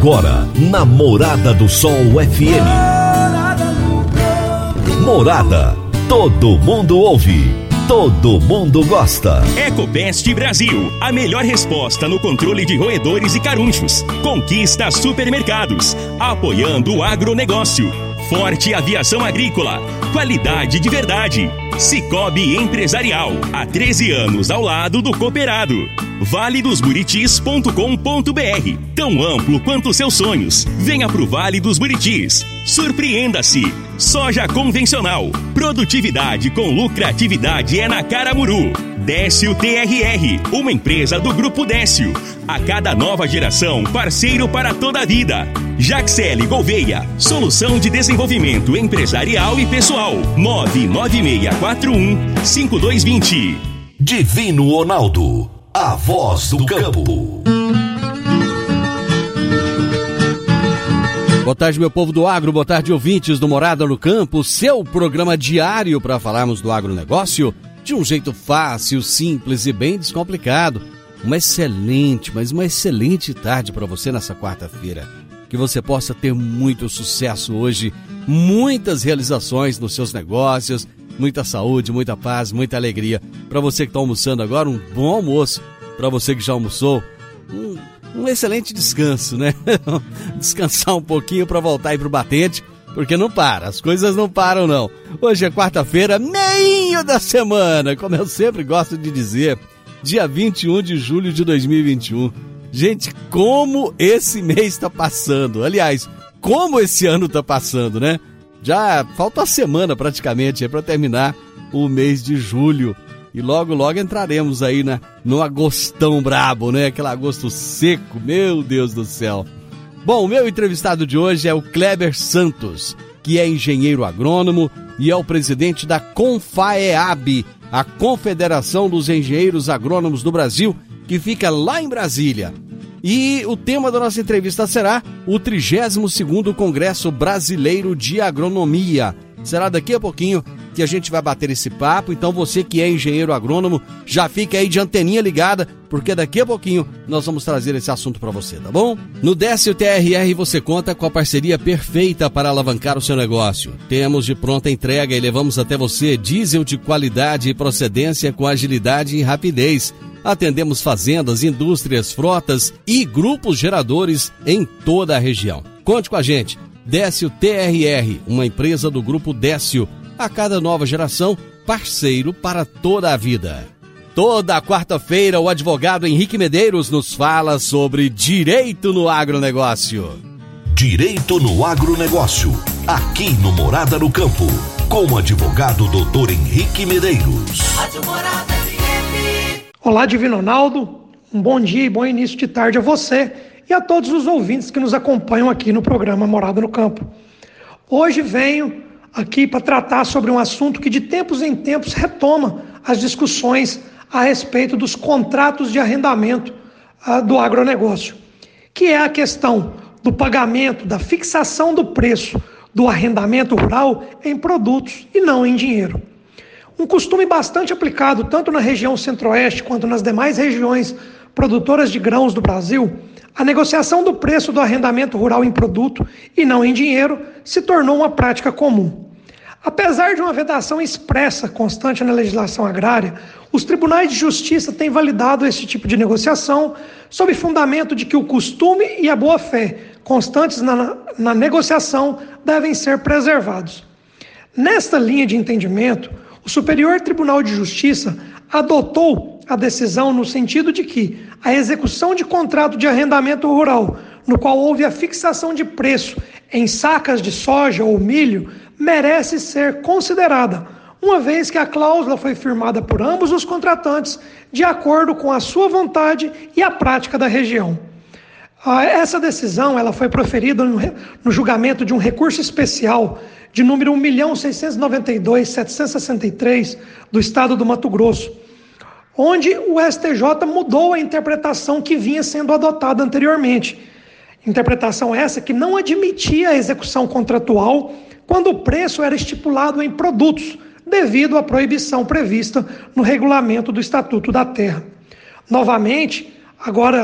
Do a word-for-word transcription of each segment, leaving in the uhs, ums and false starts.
Agora, na Morada do Sol F M. Morada, todo mundo ouve, todo mundo gosta. Ecopest Brasil, a melhor resposta no controle de roedores e carunchos. Conquista supermercados, apoiando o agronegócio. Forte Aviação Agrícola, qualidade de verdade. Cicobi Empresarial, há treze anos ao lado do cooperado. vale dos buritis ponto com ponto b r, tão amplo quanto seus sonhos. Venha pro Vale dos Buritis. Surpreenda-se. Soja convencional, produtividade com lucratividade é na Caramuru. Décio T R R, uma empresa do Grupo Décio. A cada nova geração, parceiro para toda a vida. Jaxele Gouveia, solução de desenvolvimento empresarial e pessoal. nove nove seis quatro um cinco dois dois zero. Divino Ronaldo, a voz do campo. Boa tarde, meu povo do agro, boa tarde, ouvintes do Morada no Campo, seu programa diário para falarmos do agronegócio de um jeito fácil, simples e bem descomplicado. Uma excelente, mas uma excelente tarde para você nessa quarta-feira. Que você possa ter muito sucesso hoje, muitas realizações nos seus negócios, muita saúde, muita paz, muita alegria. Para você que está almoçando agora, um bom almoço. Para você que já almoçou, um, um excelente descanso, né? Descansar um pouquinho para voltar aí pro batente, porque não para, as coisas não param não. Hoje é quarta-feira, meio da semana, como eu sempre gosto de dizer, dia vinte e um de julho de dois mil e vinte e um. Gente, como esse mês está passando, aliás, como esse ano está passando, né? Já falta uma semana praticamente para terminar o mês de julho. E logo, logo entraremos aí na, no agostão brabo, né? Aquele agosto seco, meu Deus do céu. Bom, o meu entrevistado de hoje é o Kleber Santos, que é engenheiro agrônomo e é o presidente da CONFAEAB, a Confederação dos Engenheiros Agrônomos do Brasil, que fica lá em Brasília. E o tema da nossa entrevista será o trigésimo segundo Congresso Brasileiro de Agronomia. Será daqui a pouquinho que a gente vai bater esse papo, então você que é engenheiro agrônomo, já fica aí de anteninha ligada, porque daqui a pouquinho nós vamos trazer esse assunto para você, tá bom? No Décio T R R você conta com a parceria perfeita para alavancar o seu negócio. Temos de pronta entrega e levamos até você diesel de qualidade e procedência com agilidade e rapidez. Atendemos fazendas, indústrias, frotas e grupos geradores em toda a região. Conte com a gente, Décio T R R, uma empresa do Grupo Décio. A cada nova geração, parceiro para toda a vida. Toda quarta-feira, o advogado Henrique Medeiros nos fala sobre direito no agronegócio. Direito no agronegócio, aqui no Morada no Campo, com o advogado doutor Henrique Medeiros. Olá, Divino Ronaldo, um bom dia e bom início de tarde a você e a todos os ouvintes que nos acompanham aqui no programa Morada no Campo. Hoje venho aqui para tratar sobre um assunto que de tempos em tempos retoma as discussões a respeito dos contratos de arrendamento uh, do agronegócio, que é a questão do pagamento, da fixação do preço do arrendamento rural em produtos e não em dinheiro. Um costume bastante aplicado tanto na região centro-oeste quanto nas demais regiões produtoras de grãos do Brasil, a negociação do preço do arrendamento rural em produto e não em dinheiro se tornou uma prática comum. Apesar de uma vedação expressa constante na legislação agrária, os tribunais de justiça têm validado esse tipo de negociação sob fundamento de que o costume e a boa-fé constantes na, na negociação devem ser preservados. Nesta linha de entendimento, o Superior Tribunal de Justiça adotou a decisão no sentido de que a execução de contrato de arrendamento rural, no qual houve a fixação de preço em sacas de soja ou milho, merece ser considerada, uma vez que a cláusula foi firmada por ambos os contratantes de acordo com a sua vontade e a prática da região. Essa decisão ela foi proferida no julgamento de um recurso especial de número um milhão seiscentos e noventa e dois mil setecentos e sessenta e três do Estado do Mato Grosso, onde o S T J mudou a interpretação que vinha sendo adotada anteriormente. Interpretação essa que não admitia a execução contratual quando o preço era estipulado em produtos, devido à proibição prevista no regulamento do Estatuto da Terra. Novamente, agora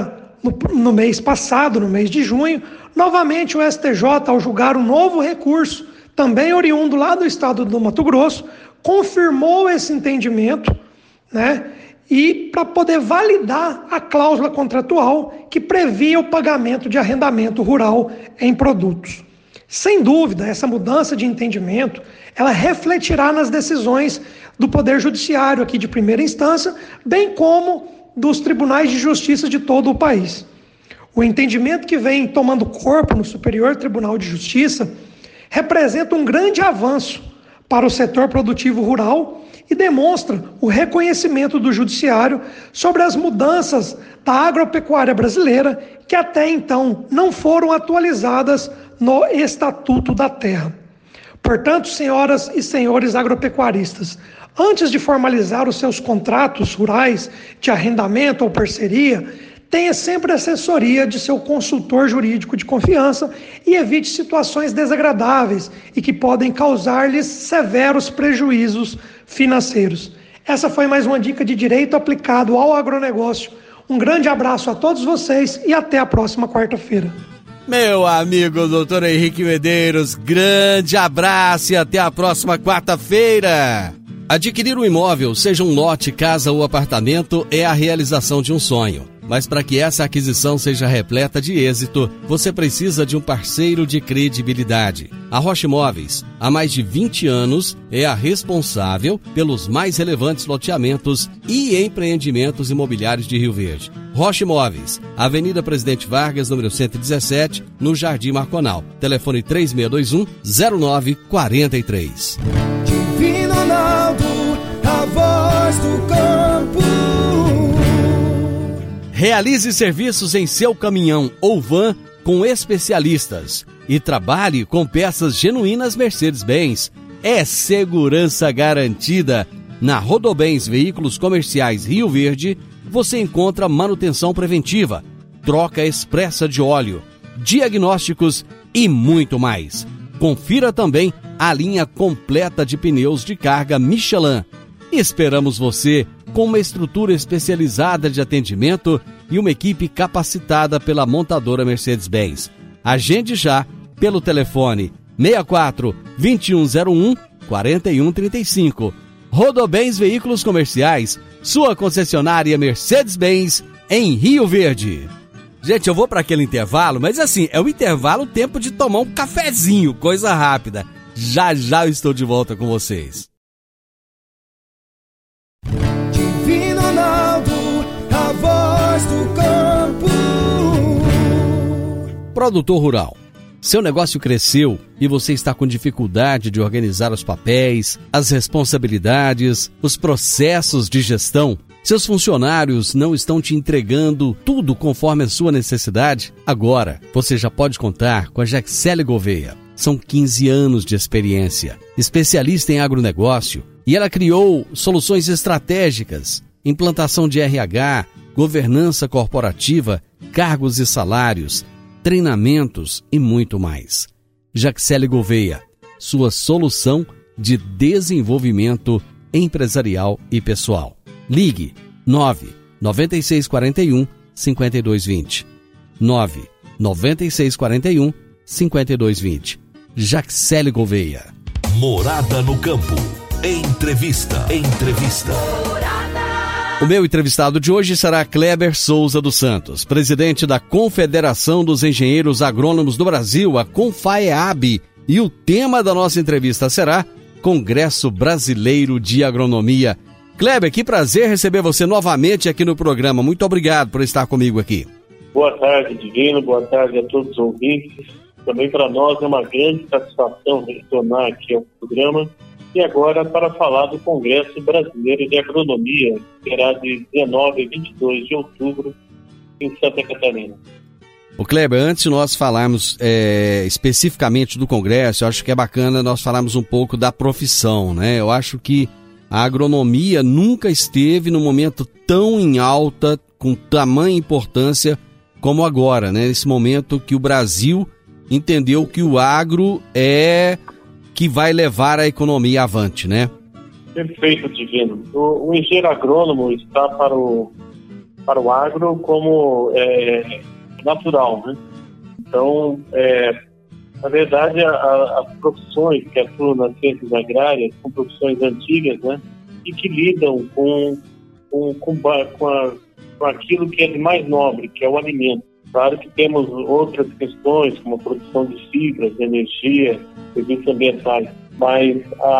no, no mês passado, no mês de junho, novamente o S T J, ao julgar um novo recurso, também oriundo lá do estado do Mato Grosso, confirmou esse entendimento, né? E para poder validar a cláusula contratual que previa o pagamento de arrendamento rural em produtos. Sem dúvida, essa mudança de entendimento, ela refletirá nas decisões do Poder Judiciário aqui de primeira instância, bem como dos tribunais de justiça de todo o país. O entendimento que vem tomando corpo no Superior Tribunal de Justiça representa um grande avanço para o setor produtivo rural e demonstra o reconhecimento do Judiciário sobre as mudanças da agropecuária brasileira que até então não foram atualizadas no Estatuto da Terra. Portanto, senhoras e senhores agropecuaristas, antes de formalizar os seus contratos rurais de arrendamento ou parceria, tenha sempre a assessoria de seu consultor jurídico de confiança e evite situações desagradáveis e que podem causar-lhes severos prejuízos financeiros. Essa foi mais uma dica de direito aplicado ao agronegócio. Um grande abraço a todos vocês e até a próxima quarta-feira. Meu amigo doutor Henrique Medeiros, grande abraço e até a próxima quarta-feira. Adquirir um imóvel, seja um lote, casa ou apartamento, é a realização de um sonho. Mas para que essa aquisição seja repleta de êxito, você precisa de um parceiro de credibilidade. A Rocha Imóveis, há mais de vinte anos, é a responsável pelos mais relevantes loteamentos e empreendimentos imobiliários de Rio Verde. Rocha Imóveis, Avenida Presidente Vargas, número cento e dezessete, no Jardim Marconal. Telefone três seis dois um, zero nove quatro três. Divino Ronaldo, a voz do campo. Realize serviços em seu caminhão ou van com especialistas e trabalhe com peças genuínas Mercedes-Benz. É segurança garantida. Na Rodobens Veículos Comerciais Rio Verde, você encontra manutenção preventiva, troca expressa de óleo, diagnósticos e muito mais. Confira também a linha completa de pneus de carga Michelin. Esperamos você com uma estrutura especializada de atendimento e uma equipe capacitada pela montadora Mercedes-Benz. Agende já pelo telefone seis quatro, dois um zero um, quatro um três cinco. Rodobens Veículos Comerciais, sua concessionária Mercedes-Benz em Rio Verde. Gente, eu vou para aquele intervalo, mas assim, é o intervalo, tempo de tomar um cafezinho, coisa rápida. Já já eu estou de volta com vocês. Divino Ronaldo, a voz do campo. Produtor rural, seu negócio cresceu e você está com dificuldade de organizar os papéis, as responsabilidades, os processos de gestão? Seus funcionários não estão te entregando tudo conforme a sua necessidade? Agora, você já pode contar com a Jaxele Gouveia. São quinze anos de experiência, especialista em agronegócio, e ela criou soluções estratégicas, implantação de R H, governança corporativa, cargos e salários, treinamentos e muito mais. Jaxele Gouveia, sua solução de desenvolvimento empresarial e pessoal. Ligue nove nove seis quatro um, cinco dois dois zero. nove nove seis quatro um, cinco dois dois zero. Jaxele Gouveia. Morada no Campo. Entrevista. Entrevista. O meu entrevistado de hoje será Kleber Souza dos Santos, presidente da Confederação dos Engenheiros Agrônomos do Brasil, a CONFAEAB. E o tema da nossa entrevista será Congresso Brasileiro de Agronomia. Kleber, que prazer receber você novamente aqui no programa. Muito obrigado por estar comigo aqui. Boa tarde, Divino. Boa tarde a todos os ouvintes. Também para nós é uma grande satisfação retornar aqui ao programa. E agora para falar do Congresso Brasileiro de Agronomia, que será de dezenove a vinte e dois de outubro em Santa Catarina. O Kleber, antes de nós falarmos é, especificamente do Congresso, eu acho que é bacana nós falarmos um pouco da profissão, né? Eu acho que a agronomia nunca esteve num momento tão em alta, com tamanha importância como agora, né? Nesse momento que o Brasil entendeu que o agro é que vai levar a economia avante, né? Perfeito, Divino. O, o engenheiro agrônomo está para o para o agro como é, natural, né? Então, é, na verdade, a, a, as profissões que atuam nas ciências agrárias são profissões antigas, né? E que lidam com, com, com, com, a, com aquilo que é de mais nobre, que é o alimento. Claro que temos outras questões, como a produção de fibras, de energia, serviços ambientais, mas,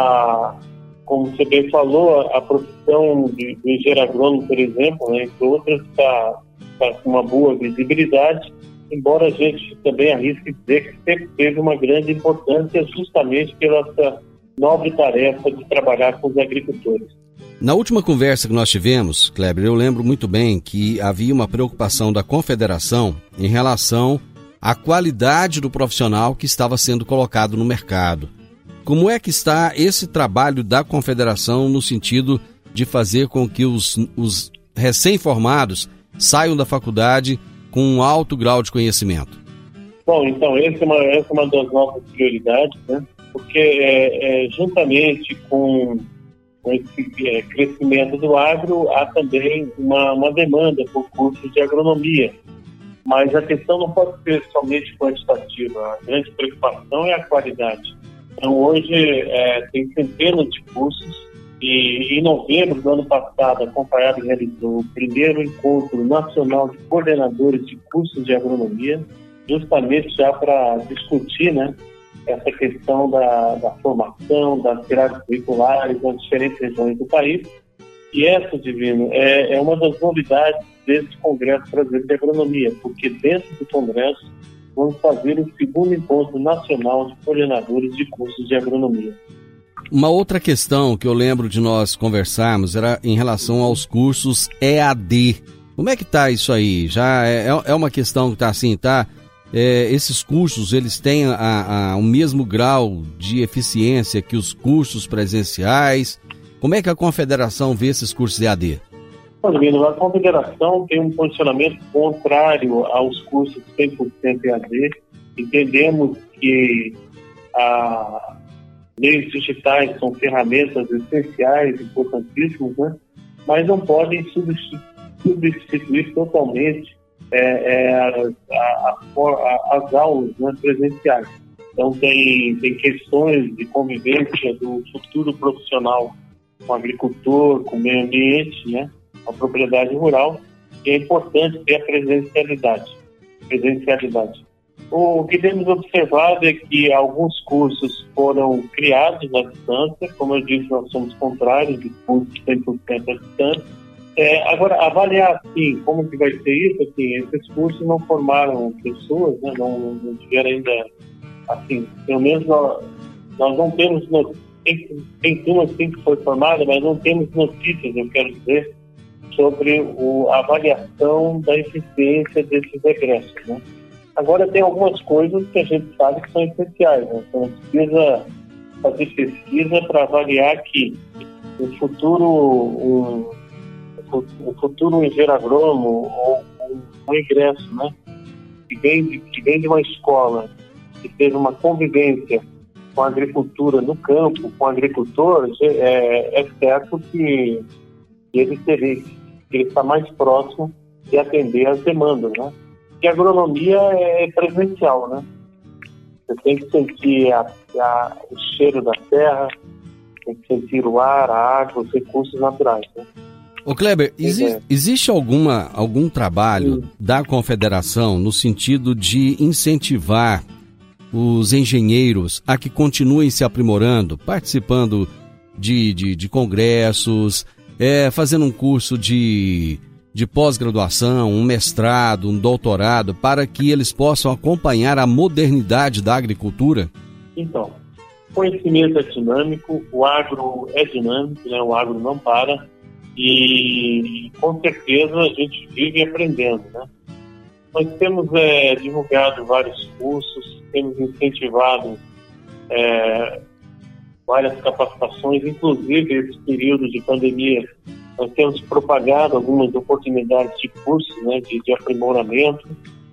a, como você bem falou, a, a profissão de, de engenheiro agrônomo, por exemplo, né, entre outras, está tá com uma boa visibilidade, embora a gente também arrisque dizer que sempre teve uma grande importância justamente pela essa nobre tarefa de trabalhar com os agricultores. Na última conversa que nós tivemos, Kleber, eu lembro muito bem que havia uma preocupação da Confederação em relação à qualidade do profissional que estava sendo colocado no mercado. Como é que está esse trabalho da Confederação no sentido de fazer com que os, os recém-formados saiam da faculdade com um alto grau de conhecimento? Bom, então, essa é uma, essa é uma das nossas prioridades, né? Porque é, é, juntamente com com esse é, crescimento do agro, há também uma, uma demanda por cursos de agronomia. Mas a questão não pode ser somente quantitativa, a grande preocupação é a qualidade. Então, hoje, é, tem centenas de cursos, e em novembro do ano passado, a Comparab realizou o primeiro encontro nacional de coordenadores de cursos de agronomia, justamente já para discutir, né, essa questão da, da formação, das grades curriculares nas diferentes regiões do país. E essa, Divino, é, é uma das novidades desse Congresso Brasileiro de Agronomia, porque dentro do Congresso vamos fazer o segundo encontro nacional de coordenadores de cursos de agronomia. Uma outra questão que eu lembro de nós conversarmos era em relação aos cursos E A D. Como é que está isso aí? Já é, é uma questão que está assim, tá? É, esses cursos, eles têm a, a, o mesmo grau de eficiência que os cursos presenciais? Como é que a Confederação vê esses cursos E A D? Olha, a Confederação tem um posicionamento contrário aos cursos cem por cento E A D. Entendemos que a meios digitais são ferramentas essenciais, importantíssimas, né? Mas não podem substituir, substituir totalmente É, é, a, a, a, as aulas, né, presenciais. Então tem, tem questões de convivência do futuro profissional com o agricultor, com o meio ambiente, né, com a propriedade rural, e é importante ter a presencialidade. presencialidade. O que temos observado é que alguns cursos foram criados à distância, como eu disse, nós somos contrários de cursos cem por cento à distância. É, agora, avaliar, assim, como que vai ser isso, assim, esses cursos não formaram pessoas, né, não, não tiveram ainda, assim, pelo menos nós, nós não temos, no, tem, tem turma assim que foi formada, mas não temos notícias, eu quero dizer, sobre o, a avaliação da eficiência desses egressos, né. Agora, tem algumas coisas que a gente sabe que são essenciais, né, então precisa fazer pesquisa para avaliar que no futuro, um, o futuro engenheiro agrônomo ou um ingresso, né, que vem, de, que vem de uma escola que teve uma convivência com a agricultura no campo, com o agricultor, é, é certo que ele teria, que ele está mais próximo de atender às demandas, né? E a agronomia é presencial, né? Você tem que sentir a, a, o cheiro da terra, tem que sentir o ar, a água, os recursos naturais, né? Ô Kleber, exi- existe alguma, algum trabalho Sim. da Confederação no sentido de incentivar os engenheiros a que continuem se aprimorando, participando de, de, de congressos, é, fazendo um curso de, de pós-graduação, um mestrado, um doutorado, para que eles possam acompanhar a modernidade da agricultura? Então, o conhecimento é dinâmico, o agro é dinâmico, né? O agro não para. E com certeza a gente vive aprendendo, né? Nós temos é, divulgado vários cursos, temos incentivado é, várias capacitações, inclusive esse período de pandemia, nós temos propagado algumas oportunidades de cursos, né, de, de aprimoramento.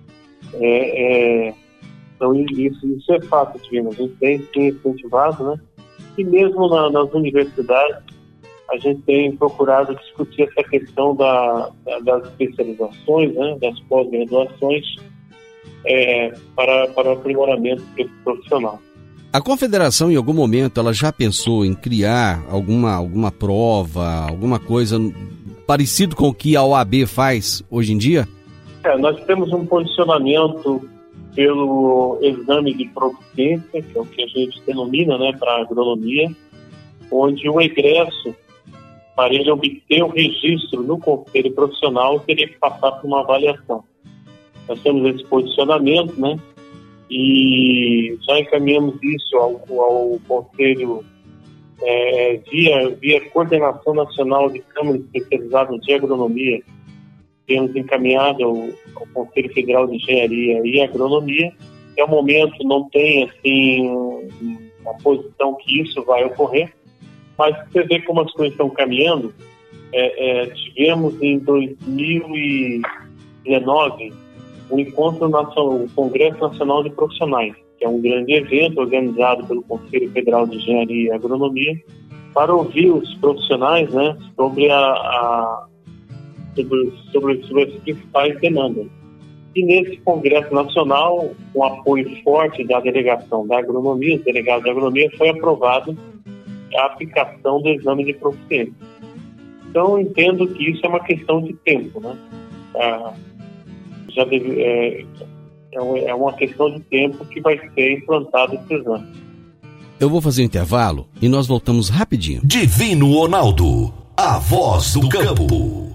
É, é, então isso, isso é fato, Divino, a gente tem, tem incentivado, né? E mesmo na, nas universidades, a gente tem procurado discutir essa questão da, da, das especializações, né, das pós-graduações, é, para, para o aprimoramento profissional. A Confederação, em algum momento, ela já pensou em criar alguma, alguma prova, alguma coisa parecido com o que a O A B faz hoje em dia? É, nós temos um posicionamento pelo exame de proficiência, que é o que a gente denomina, né, para a agronomia, onde o egresso, para ele obter o registro no conselho profissional, teria que passar por uma avaliação. Nós temos esse posicionamento, né, e já encaminhamos isso ao, ao conselho é, via, via Coordenação Nacional de Câmaras Especializadas de Agronomia. Temos encaminhado ao, ao Conselho Federal de Engenharia e Agronomia. Até o momento não tem assim uma posição que isso vai ocorrer, mas você vê como as coisas estão caminhando. É, é, tivemos em dois mil e dezenove o Encontro Nacional, o Congresso Nacional de Profissionais, que é um grande evento organizado pelo Conselho Federal de Engenharia e Agronomia, para ouvir os profissionais, né, sobre, a, a, sobre, sobre, sobre as principais demandas. E nesse Congresso Nacional, com apoio forte da delegação da agronomia, os delegados da agronomia, foi aprovado a aplicação do exame de proficiência. Então, eu entendo que isso é uma questão de tempo, né? Ah, já deve, é, é uma questão de tempo que vai ser implantado esse exame. Eu vou fazer um intervalo e nós voltamos rapidinho. Divino Ronaldo, a voz do campo.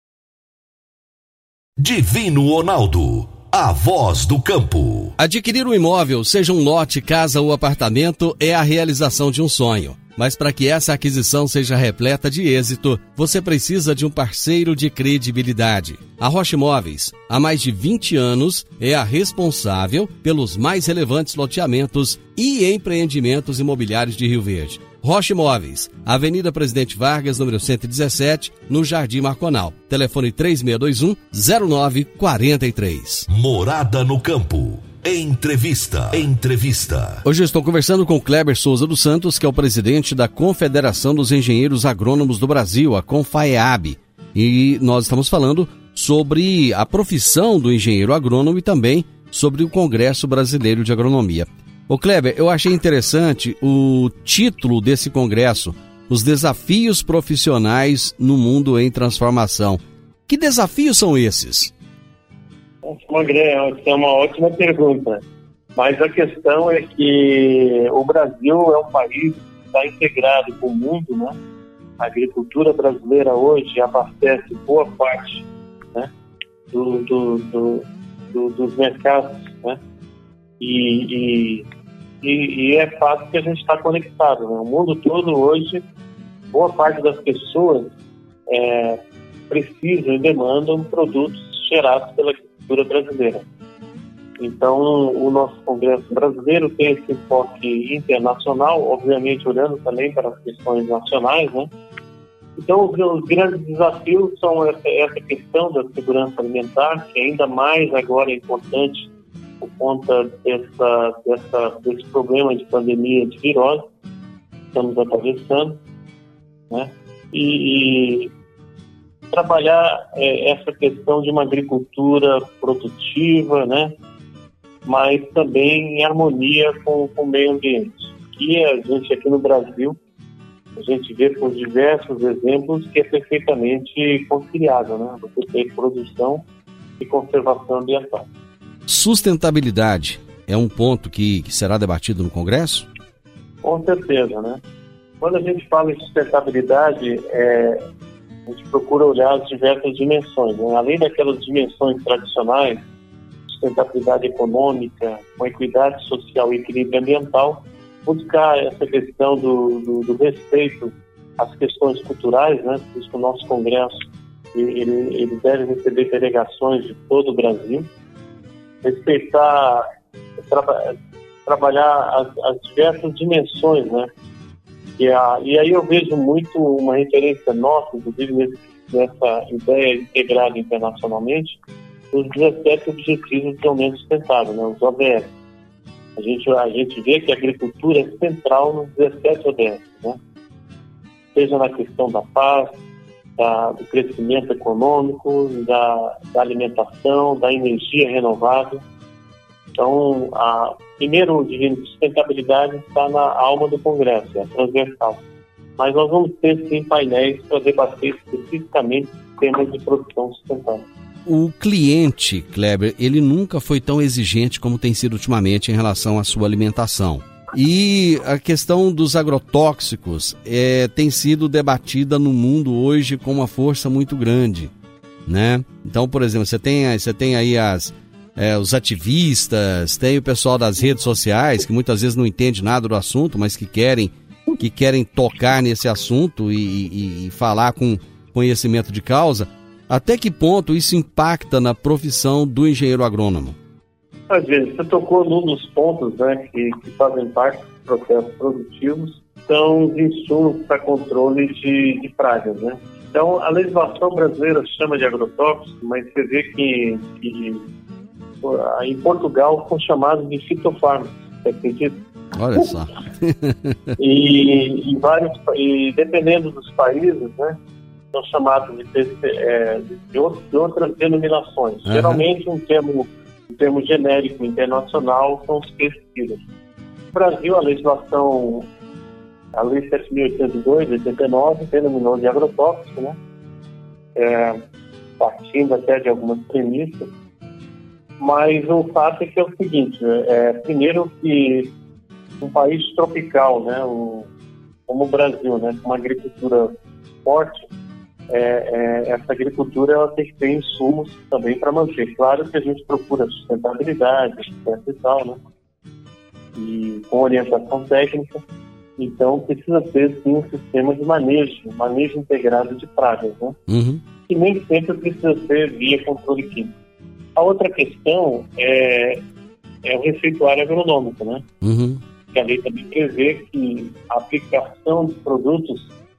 Divino Ronaldo, a voz do campo. Adquirir um imóvel, seja um lote, casa ou apartamento, é a realização de um sonho. Mas para que essa aquisição seja repleta de êxito, você precisa de um parceiro de credibilidade. A Rocha Imóveis, há mais de vinte anos, é a responsável pelos mais relevantes loteamentos e empreendimentos imobiliários de Rio Verde. Rocha Imóveis, Avenida Presidente Vargas, número cento e dezessete, no Jardim Marconal. Telefone três seis dois um, zero nove quatro três. Morada no Campo. Entrevista. Entrevista. Hoje eu estou conversando com Kleber Souza dos Santos, que é o presidente da Confederação dos Engenheiros Agrônomos do Brasil, a CONFAEAB. E nós estamos falando sobre a profissão do engenheiro agrônomo e também sobre o Congresso Brasileiro de Agronomia. Ô Kleber, eu achei interessante o título desse congresso, Os Desafios Profissionais no Mundo em Transformação. Que desafios são esses? É uma ótima pergunta, mas a questão é que o Brasil é um país que está integrado com o mundo, né? A agricultura brasileira hoje abastece boa parte, né, do, do, do, do, dos mercados, né? E, e, e, e é fácil que a gente está conectado, né? O mundo todo hoje, boa parte das pessoas é, precisam e demandam produtos gerados pela agricultura brasileira. Então, o nosso Congresso Brasileiro tem esse enfoque internacional, obviamente olhando também para as questões nacionais, né? Então, os, os grandes desafios são essa, essa questão da segurança alimentar, que ainda mais agora é importante por conta dessa, dessa, desse problema de pandemia de virose que estamos atravessando, né? E, e trabalhar é, essa questão de uma agricultura produtiva, né? Mas também em harmonia com, com o meio ambiente. E a gente aqui no Brasil, a gente vê por diversos exemplos que é perfeitamente conciliável, né? Você tem produção e conservação ambiental. Sustentabilidade é um ponto que, que será debatido no Congresso? Com certeza, né? Quando a gente fala em sustentabilidade, é, a gente procura olhar as diversas dimensões, né? Além daquelas dimensões tradicionais, sustentabilidade econômica, com equidade social e equilíbrio ambiental, buscar essa questão do, do, do respeito às questões culturais, né? Por isso que o nosso Congresso ele, ele deve receber delegações de todo o Brasil, respeitar, tra, trabalhar as, as diversas dimensões, né? E, a, e aí eu vejo muito uma referência nossa, inclusive nessa ideia integrada internacionalmente, os dezessete Objetivos de Desenvolvimento Sustentável, né, os O D S. A gente, a gente vê que a agricultura é central nos dezessete O D S, né? seja na questão da paz, da, do crescimento econômico, da, da alimentação, da energia renovável. Então, a, primeiro, o divino de sustentabilidade está na alma do Congresso, é transversal. Mas nós vamos ter, sim, painéis para debater especificamente temas de produção sustentável. O cliente, Kleber, ele nunca foi tão exigente como tem sido ultimamente em relação à sua alimentação. E a questão dos agrotóxicos é, tem sido debatida no mundo hoje com uma força muito grande, né? Então, por exemplo, você tem, você tem aí as, é, os ativistas, tem o pessoal das redes sociais, que muitas vezes não entende nada do assunto, mas que querem, que querem tocar nesse assunto e, e, e falar com conhecimento de causa. Até que ponto isso impacta na profissão do engenheiro agrônomo? Às vezes, você tocou num dos pontos, né, que, que fazem parte dos processos produtivos, são os insumos para controle de, de pragas, né? Então, a legislação brasileira chama de agrotóxico, mas você vê que, que em Portugal são chamados de fitofármacos, você acredita? Olha só. e, em vários, e dependendo dos países, né, são chamados de, de, de, outros, de outras denominações. Uhum. Geralmente, um termo O termo genérico internacional são os pesticidas. No Brasil, a legislação, a Lei sete mil oitocentos e dois, de oitenta e nove, denominou de agrotóxico, né? É, partindo até de algumas premissas. Mas o fato é que é o seguinte, é, primeiro que um país tropical, né, o, como o Brasil, né, com uma agricultura forte, É, é, essa agricultura ela tem que ter insumos também para manter. Claro que a gente procura sustentabilidade, e tal, né? E com orientação técnica, então precisa ter sim um sistema de manejo, manejo integrado de pragas, né? Uhum. E nem sempre precisa ser via controle químico. A outra questão é, é o receituário agronômico, né? Uhum. Que a lei também prevê que a aplicação de produtos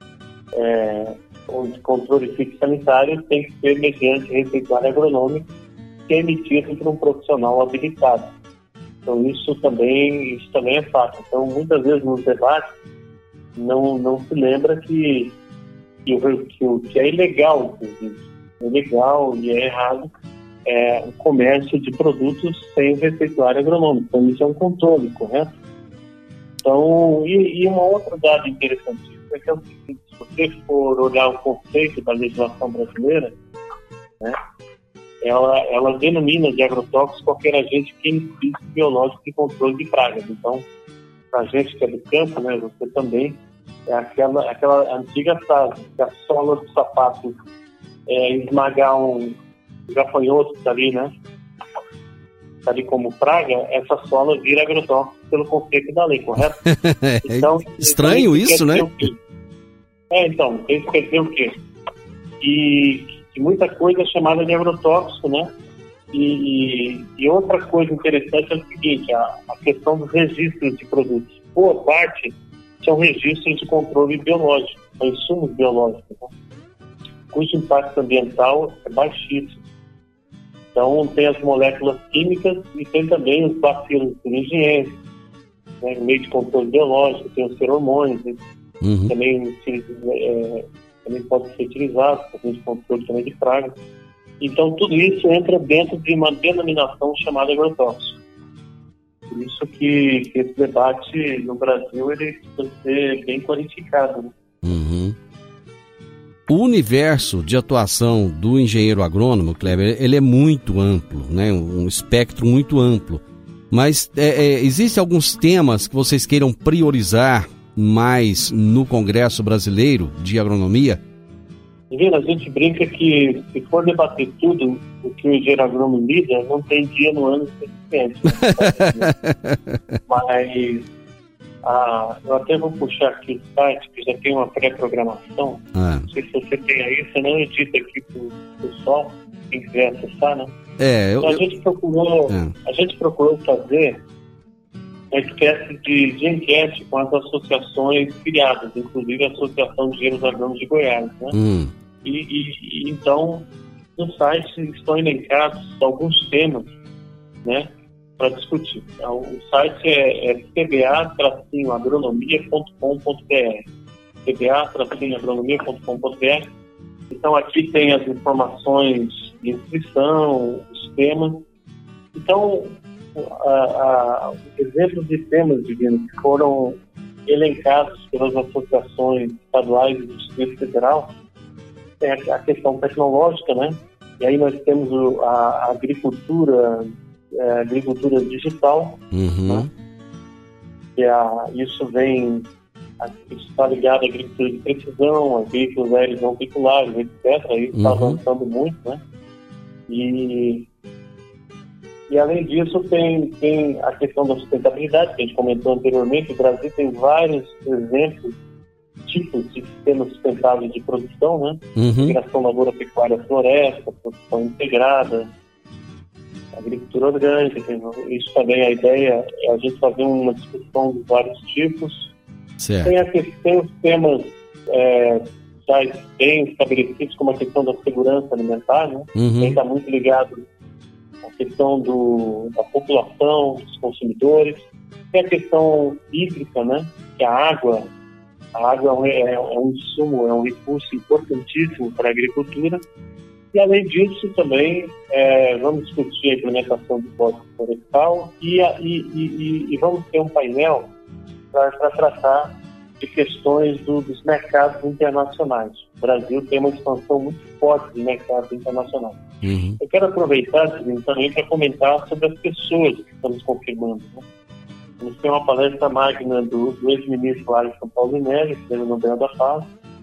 é, de controle fitossanitário tem que ser mediante receituário agronômico que é emitido por um profissional habilitado. Então isso também, isso também é fato. Então muitas vezes nos debates não, não se lembra que, que, o, que, o, que é ilegal, inclusive. É ilegal e é errado é, o comércio de produtos sem receituário agronômico. Então isso é um controle, correto? Então, e, e uma outra dado interessante é que é o seguinte, se você for olhar o conceito da legislação brasileira, né, ela, ela denomina de agrotóxico qualquer agente químico, físico, biológico de controle de pragas. Então, para a gente que é do campo, né, você também, é aquela, aquela antiga frase, que a sola do sapato é esmagar um gafanhoto que está ali, né, está ali como praga, essa sola vira agrotóxico pelo conceito da lei, correto? Então, estranho então, isso, né? É, então, isso quer dizer o quê? E, e muita coisa é chamada de agrotóxico, né? E, e outra coisa interessante é o seguinte, a, a questão dos registros de produtos. Boa parte são registros de controle biológico, são insumos biológicos, né? Cujo impacto ambiental é baixíssimo. Então, tem as moléculas químicas e tem também os bacilos higiênicos, né, meio de controle biológico, tem os feromônios, uhum. também, é, também pode ser utilizado para de controle também de pragas. Então, tudo isso entra dentro de uma denominação chamada agrotóxico. Por isso que, que esse debate no Brasil ele precisa ser bem qualificado, né? Uhum. O universo de atuação do engenheiro agrônomo, Kleber, ele é muito amplo, né? Um espectro muito amplo. Mas é, é, existem alguns temas que vocês queiram priorizar mais no Congresso Brasileiro de Agronomia? A gente brinca que se for debater tudo o que o engenheiro agrônomo lida, não tem dia no ano suficiente. Mas ah, eu até vou puxar aqui o site, que já tem uma pré-programação. Ah. Não sei se você tem aí, senão eu edito aqui para o pessoal, quem quiser acessar, né? É, eu, então, a, gente procurou, é. a gente procurou fazer uma espécie de, de enquete com as associações filiadas, inclusive a Associação de Engenheiros Agrônomos de Goiás, né? Hum. E, e, e então, no site estão elencados alguns temas, né, para discutir. Então, o site é, é c b a tracinho agronomia ponto com ponto b r. p b a tracinho agronomia ponto com ponto b r. Então aqui tem as informações de inscrição, os temas. Então, a, a, exemplos de temas, Divino, que foram elencados pelas associações estaduais e do Distrito Federal, é a questão tecnológica, né? E aí nós temos o, a, a agricultura, a agricultura digital, uhum. né? E a, isso vem, isso está ligado à agricultura de precisão, a veículos aéreos não tripulados, etcétera. Isso está uhum. avançando muito, né? E, e além disso, tem, tem a questão da sustentabilidade, que a gente comentou anteriormente. O Brasil tem vários exemplos, tipos de sistemas sustentáveis de produção, né? Uhum. Integração lavoura-pecuária-floresta, produção integrada, agricultura orgânica. Isso também, a ideia é a gente fazer uma discussão de vários tipos. Certo. Tem, a, tem os temas é, já bem estabelecidos, como a questão da segurança alimentar, né? Uhum. Que está muito ligado à questão do, da população, dos consumidores. Tem a questão hídrica, né? Que a água, a água é, é um insumo, é um recurso importantíssimo para a agricultura. E, além disso, também é, vamos discutir a implementação do Código Florestal e, a, e, e, e vamos ter um painel para tratar de questões do, dos mercados internacionais. O Brasil tem uma expansão muito forte de mercados internacionais. Uhum. Eu quero aproveitar também para comentar sobre as pessoas que estamos confirmando, né? Vamos ter uma palestra magna do, do ex-ministro Alisson Paulinelli, prêmio Nobel da Paz.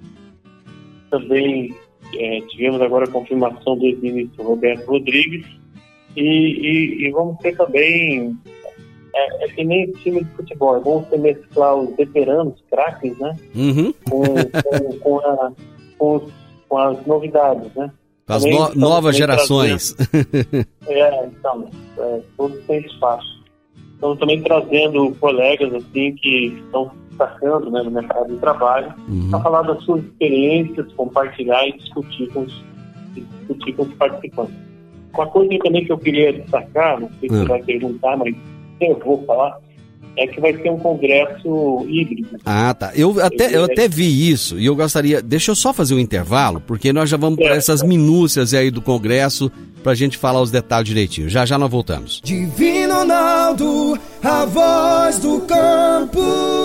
Também é, tivemos agora a confirmação do ex-ministro Roberto Rodrigues. E, e, e vamos ter também... É, é que nem time de futebol, é bom você mesclar os veteranos, craques, né? Uhum. Com, com, com, a, com, os, com as novidades, né? Com as no, novas gerações. É, então, é, todos têm espaço. Estamos também trazendo colegas, assim, que estão se destacando, né, no mercado de trabalho, uhum. para falar das suas experiências, compartilhar e discutir com os, discutir com os participantes. Uma coisa também que eu queria destacar, não sei se uhum. você vai perguntar, mas eu vou falar, é que vai ter um congresso híbrido. Ah, tá. Eu até, eu até vi isso e eu gostaria... Deixa eu só fazer um intervalo, porque nós já vamos é, para essas é. minúcias aí do congresso pra gente falar os detalhes direitinho. Já já nós voltamos. Divino Ronaldo, a voz do campo.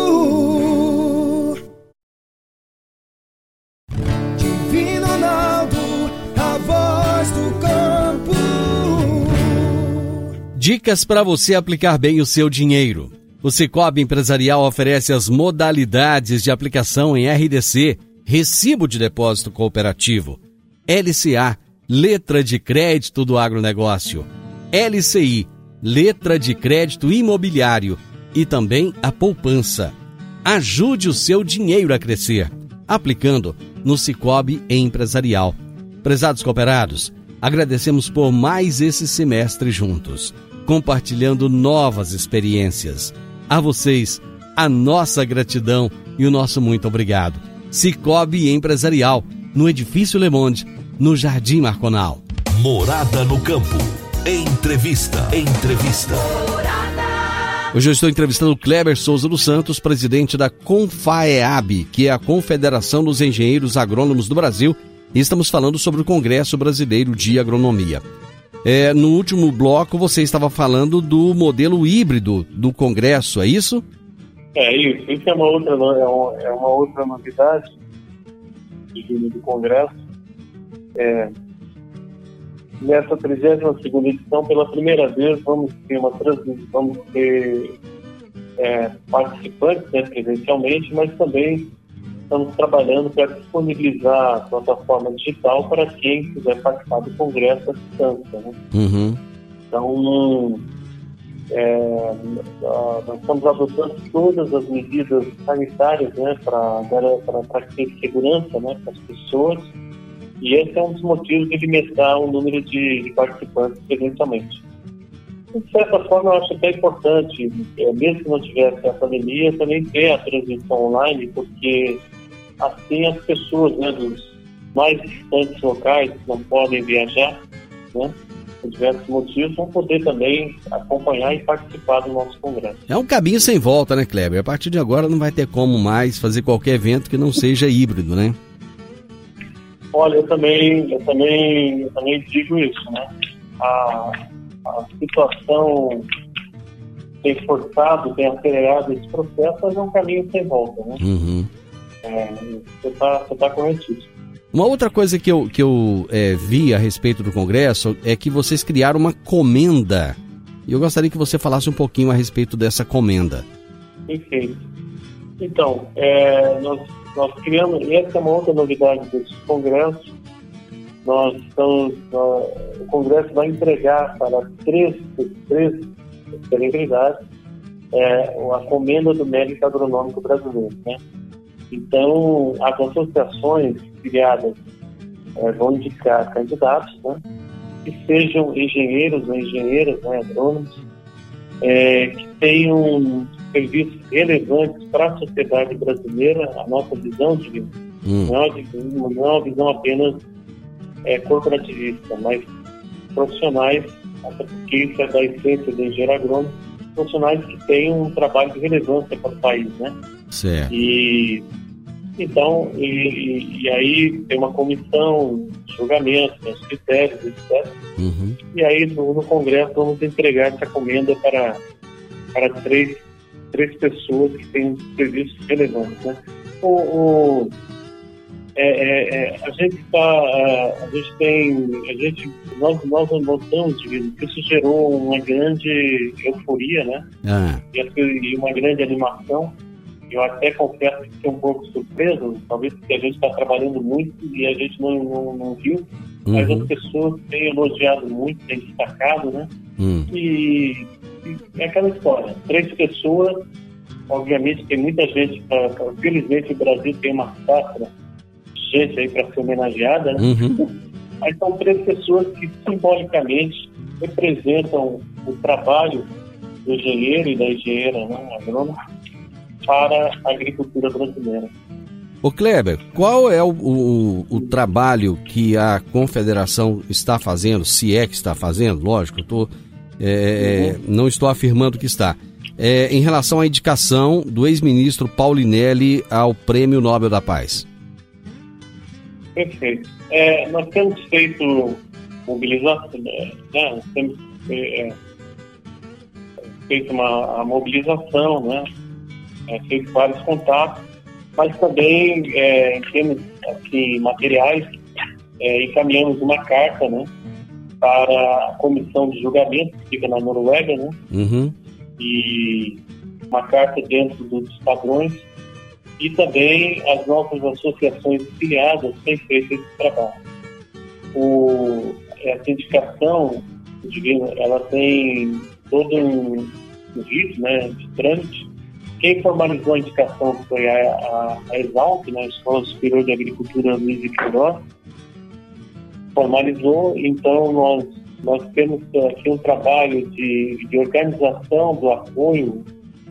Divino Ronaldo, a voz do campo. Dicas para você aplicar bem o seu dinheiro. O Sicoob Empresarial oferece as modalidades de aplicação em R D C, Recibo de Depósito Cooperativo, L C A, Letra de Crédito do Agronegócio, L C I, Letra de Crédito Imobiliário e também a poupança. Ajude o seu dinheiro a crescer, aplicando no Sicoob Empresarial. Prezados cooperados, agradecemos por mais esse semestre juntos, compartilhando novas experiências. A vocês, a nossa gratidão e o nosso muito obrigado. Sicoob Empresarial, no Edifício Le Monde, no Jardim Marconal. Morada no Campo. Entrevista. Entrevista. Hoje eu estou entrevistando o Kleber Souza dos Santos, presidente da CONFAEAB, que é a Confederação dos Engenheiros Agrônomos do Brasil, e estamos falando sobre o Congresso Brasileiro de Agronomia. É, no último bloco você estava falando do modelo híbrido do Congresso, é isso? É isso, isso é uma outra, é uma outra novidade do Congresso. É, nessa trigésima segunda edição, pela primeira vez, vamos ter uma transmissão, vamos ter é, participantes, né, presencialmente, mas também estamos trabalhando para disponibilizar a plataforma digital para quem quiser participar do Congresso à distância, né? Uhum. Então, é, nós estamos adotando todas as medidas sanitárias, né, para ter segurança, né, para as pessoas, e esse é um dos motivos de limitar o número de, de participantes presencialmente. De certa forma, eu acho até importante, é, mesmo que não tivesse a pandemia, também ter a transmissão online, porque assim as pessoas, né, dos mais distantes locais que não podem viajar, né, por diversos motivos, vão poder também acompanhar e participar do nosso congresso. É um caminho sem volta, né, Kleber? A partir de agora não vai ter como mais fazer qualquer evento que não seja híbrido, né? Olha, eu também, eu também, eu também digo isso, né? A, a situação tem forçado, tem acelerado esse processo, mas é um caminho sem volta, né? Uhum. É, você está você tá corretíssimo. Uma outra coisa que eu, que eu é, vi a respeito do Congresso é que vocês criaram uma comenda. E eu gostaria que você falasse um pouquinho a respeito dessa comenda. Perfeito. Então, é, nós, nós criamos, e essa é uma outra novidade desse Congresso, nós estamos, nós, o Congresso vai entregar para três, três celebridades é, a comenda do mérito agronômico brasileiro, né? Então, as associações criadas é, vão indicar candidatos, né, que sejam engenheiros ou engenheiras, né, agrônomos, é, que tenham serviços relevantes para a sociedade brasileira, a nossa visão de vida. Hum. Não, é uma, não é uma visão apenas é, corporativista, mas profissionais, até porque isso é da essência do engenheiro agrônomo, profissionais que tenham um trabalho de relevância para o país, né? Certo. E então, e, e, e aí tem uma comissão de julgamento, tem os critérios, etcétera. Uhum. E aí no, no Congresso vamos entregar essa comenda para, para três, três pessoas que têm serviços relevantes, né? O, o, é, é, é, a gente está, a, a gente tem, a gente, nós, nós notamos que isso gerou uma grande euforia, né? Ah. E, e uma grande animação. Eu até confesso que fiquei um pouco surpreso, talvez porque a gente está trabalhando muito e a gente não, não, não viu, uhum. mas as pessoas têm elogiado muito, têm destacado, né? Uhum. E, e é aquela história, três pessoas, obviamente tem muita gente, pra, pra, felizmente o Brasil tem uma safra de gente aí para ser homenageada, né? Uhum. Mas são três pessoas que simbolicamente representam o trabalho do engenheiro e da engenheira, né, agrônomo, para a agricultura brasileira. Ô Kleber, qual é o, o, o trabalho que a Confederação está fazendo, se é que está fazendo, lógico, eu tô, é, uhum. não estou afirmando que está, é, em relação à indicação do ex-ministro Paulinelli ao Prêmio Nobel da Paz? Perfeito. É, nós temos feito mobilização, né? Nós temos é, feito uma a mobilização, né? É, feito vários contatos, mas também é, temos aqui materiais, é, encaminhamos uma carta, né, para a comissão de julgamento que fica na Noruega, né, uhum. e uma carta dentro dos padrões, e também as nossas associações filiadas têm feito esse trabalho. O, essa indicação, ela tem todo um, um rito, né, de trâmite. Quem formalizou a indicação foi a, a, a Exalc, né, a Escola Superior de Agricultura Luiz de Queiroz, formalizou, então nós, nós temos aqui um trabalho de, de organização do apoio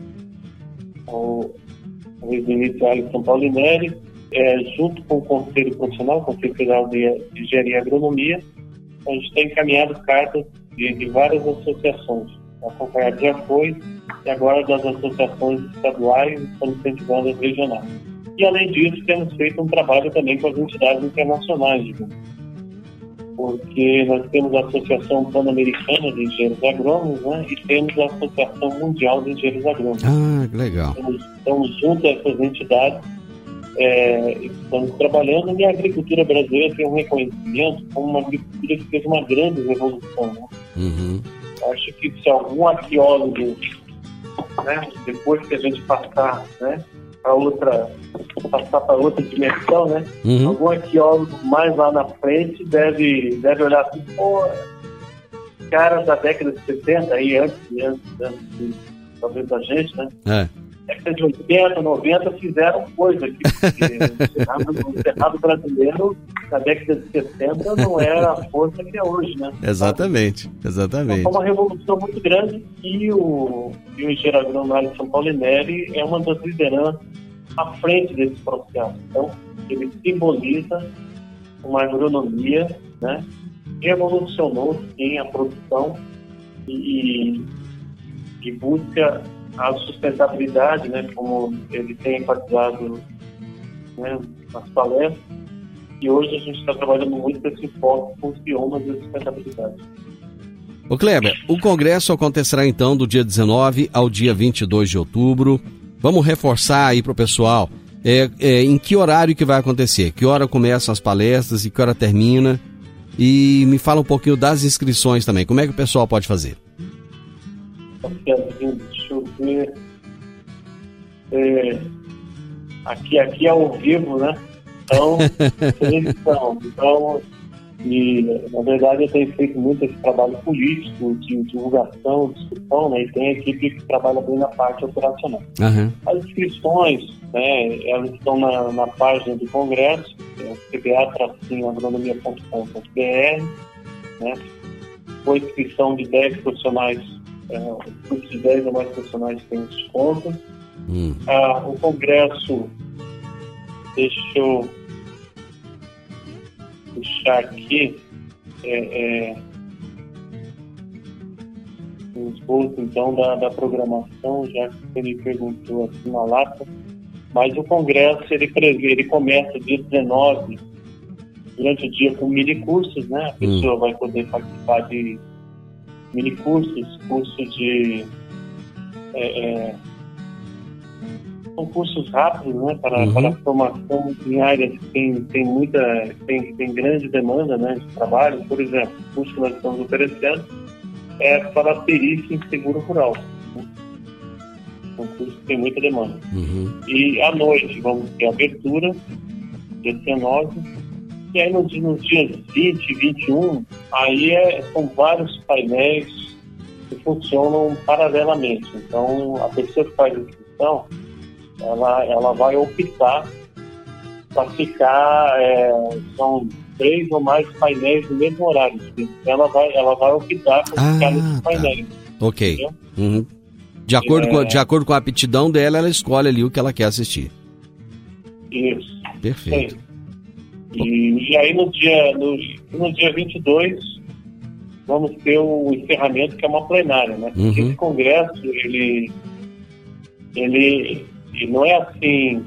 ao, ao ex-ministro Alisson Paulinelli, é, junto com o Conselho Profissional, o Conselho Federal de, de Engenharia e Agronomia. A gente tem encaminhado cartas de, de várias associações, acompanhado de apoio, e agora das associações estaduais, estamos incentivando as regionais. E, além disso, temos feito um trabalho também com as entidades internacionais, digamos, porque nós temos a Associação Pan-Americana de Engenheiros Agrônomos, né, e temos a Associação Mundial de Engenheiros Agrônomos. Ah, que legal. Estamos, estamos junto a essas entidades, é, estamos trabalhando, e a agricultura brasileira tem um reconhecimento como uma agricultura que fez uma grande revolução, né? Uhum. Acho que se algum arqueólogo, né, depois que a gente passar, né, para outra, passar para outra dimensão, né, uhum. algum arqueólogo mais lá na frente deve, deve olhar assim, pô, caras da década de setenta, aí antes, antes, antes talvez da gente, né? É. Década de oitenta, noventa fizeram coisa aqui, porque o Cerrado, o Cerrado brasileiro na década de setenta não era a força que é hoje, né? Exatamente, exatamente. Então, foi uma revolução muito grande, e o, e o engenheiro agrônomo Alisson Paulinelli é uma das lideranças à frente desse processo. Então, ele simboliza uma agronomia, né, revolucionou sim a produção e, e busca a sustentabilidade, né, como ele tem enfatizado, né, nas palestras, e hoje a gente está trabalhando muito com esse foco com os biomas e a sustentabilidade. Ô Kleber, o congresso acontecerá então do dia dezenove ao dia vinte e dois de outubro. Vamos reforçar aí para o pessoal é, é, em que horário que vai acontecer, que hora começam as palestras e que hora termina, e me fala um pouquinho das inscrições também, como é que o pessoal pode fazer? Deixa eu ver. É, aqui, aqui é ao vivo, né? Então, seleção. Então, e, na verdade, eu tenho feito muito esse trabalho político, de divulgação, discussão, né? E tem a equipe que trabalha bem na parte operacional. Uhum. As inscrições, né? Elas estão na, na página do Congresso, é c b a tracinho agronomia ponto com ponto b r, né? Com inscrição de dez profissionais, é, os de dez ou mais profissionais têm desconto. Hum. Ah, o Congresso, deixa eu puxar aqui, é, é, o esboço então da, da programação, já que ele perguntou aqui na lata, mas o Congresso ele, ele começa dia dezenove, durante o dia com minicursos, né? A pessoa hum. vai poder participar de minicursos, cursos de é, é, são cursos rápidos, né, para, uhum. para a formação em áreas que tem, tem muita, tem, tem grande demanda, né, de trabalho. Por exemplo, o curso que nós estamos oferecendo é para a perícia em seguro rural. Né? É um curso que tem muita demanda. Uhum. E à noite vamos ter a abertura, dia dezenove, e aí nos, nos dias vinte e vinte e um, aí é, são vários painéis que funcionam paralelamente. Então, a pessoa que faz a inscrição, Ela, ela vai optar para ficar, é, são três ou mais painéis no mesmo horário. Ela vai, ela vai optar por ah, ficar nesses tá. painéis. Ok. Uhum. De, acordo é... com, de acordo com a aptidão dela, ela escolhe ali o que ela quer assistir. Isso. Perfeito. E, e aí no dia, no, no dia vinte e dois, vamos ter o encerramento, que é uma plenária, né? Porque uhum. esse congresso, ele... ele E não é assim,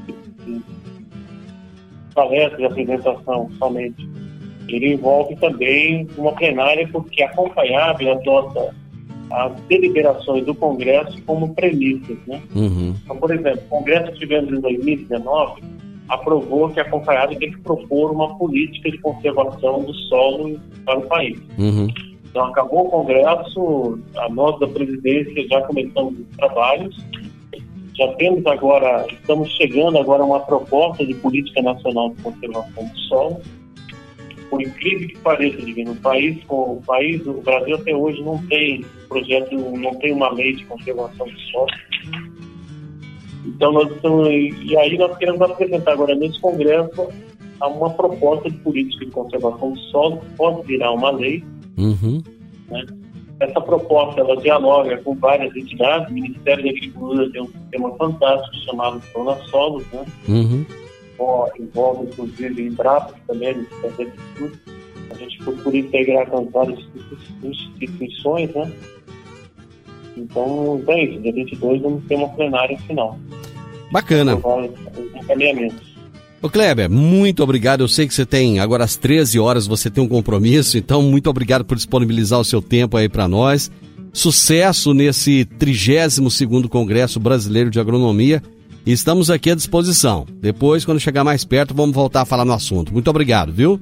palestra de apresentação somente. Ele envolve também uma plenária, porque a Confaiab adota as deliberações do Congresso como premissas, né? Uhum. Então, por exemplo, o Congresso que tivemos em dois mil e dezenove aprovou que a Confaiab tem que propor uma política de conservação do solo para o país. Uhum. Então, acabou o Congresso, a nós da presidência já começamos os trabalhos. Já temos agora, estamos chegando agora a uma proposta de política nacional de conservação do solo. Por incrível que pareça, Divino, o país, o país, o Brasil até hoje não tem projeto, não tem uma lei de conservação do solo. Então nós estamos, e aí nós queremos apresentar agora nesse congresso uma proposta de política de conservação do solo que pode virar uma lei. Uhum. Né? Essa proposta, ela dialoga com várias entidades. O Ministério da Agricultura tem um sistema fantástico chamado Pronasolos, né? Uhum. Envolve, inclusive, Embrapa, que também é Ministério da Agricultura. A gente procura integrar com as várias instituições, né? Então, então é isso. Dia vinte e dois vamos ter uma plenária final. Bacana. Os encaminhamentos. Ô Kleber, muito obrigado. Eu sei que você tem, agora às treze horas, você tem um compromisso, então muito obrigado por disponibilizar o seu tempo aí para nós. Sucesso nesse trigésimo segundo Congresso Brasileiro de Agronomia. E estamos aqui à disposição. Depois, quando chegar mais perto, vamos voltar a falar no assunto. Muito obrigado, viu?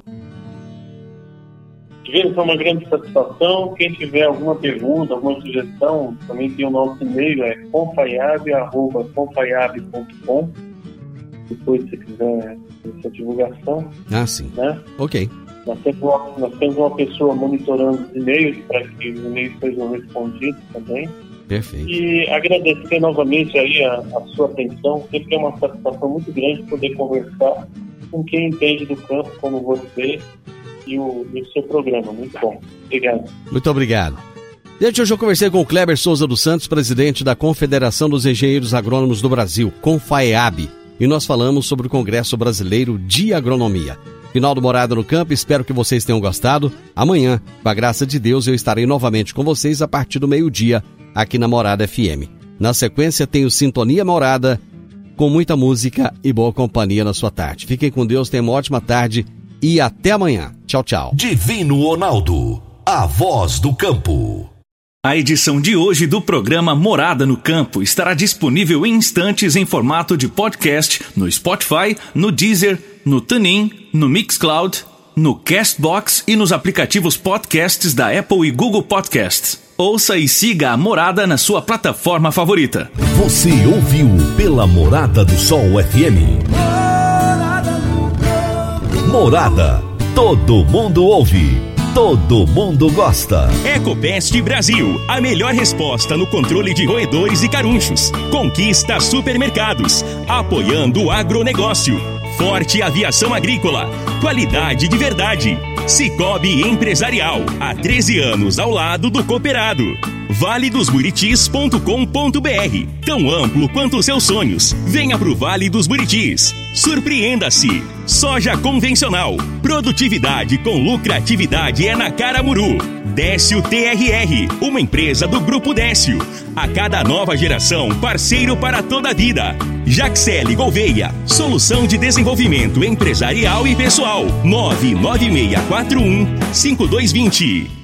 Divino, foi uma grande satisfação. Quem tiver alguma pergunta, alguma sugestão, também tem o nosso e-mail, é confaiab arroba confaiab ponto com. Depois, se quiser essa divulgação. Ah, sim. Né? Ok. Nós temos, uma, nós temos uma pessoa monitorando os e-mails para que os e-mails sejam respondidos também. Perfeito. E agradecer novamente aí a, a sua atenção. Sempre é uma satisfação muito grande poder conversar com quem entende do campo, como você e o, e o seu programa. Muito bom. Obrigado. Muito obrigado. Gente, hoje eu conversei com o Kleber Souza dos Santos, presidente da Confederação dos Engenheiros Agrônomos do Brasil, Confaiab. E nós falamos sobre o Congresso Brasileiro de Agronomia. Final do Morada no Campo, espero que vocês tenham gostado. Amanhã, com a graça de Deus, eu estarei novamente com vocês a partir do meio-dia, aqui na Morada F M. Na sequência, tenho Sintonia Morada, com muita música e boa companhia na sua tarde. Fiquem com Deus, tenham uma ótima tarde e até amanhã. Tchau, tchau. Divino Ronaldo, a voz do campo. A edição de hoje do programa Morada no Campo estará disponível em instantes em formato de podcast no Spotify, no Deezer, no TuneIn, no Mixcloud, no Castbox e nos aplicativos podcasts da Apple e Google Podcasts. Ouça e siga a Morada na sua plataforma favorita. Você ouviu pela Morada do Sol F M. Morada, todo mundo ouve. Todo mundo gosta. Ecopest Brasil, a melhor resposta no controle de roedores e carunchos. Conquista Supermercados, apoiando o agronegócio. Forte Aviação Agrícola, qualidade de verdade. Cicobi Empresarial, há treze anos ao lado do cooperado. vale dos buritis ponto com ponto b r, tão amplo quanto os seus sonhos. Venha pro Vale dos Buritis. Surpreenda-se. Soja convencional. Produtividade com lucratividade é na Caramuru. Décio T R R, uma empresa do Grupo Décio. A cada nova geração, parceiro para toda a vida. Jaxele Gouveia, solução de desenvolvimento empresarial e pessoal. nove nove seis quatro um cinco dois dois zero.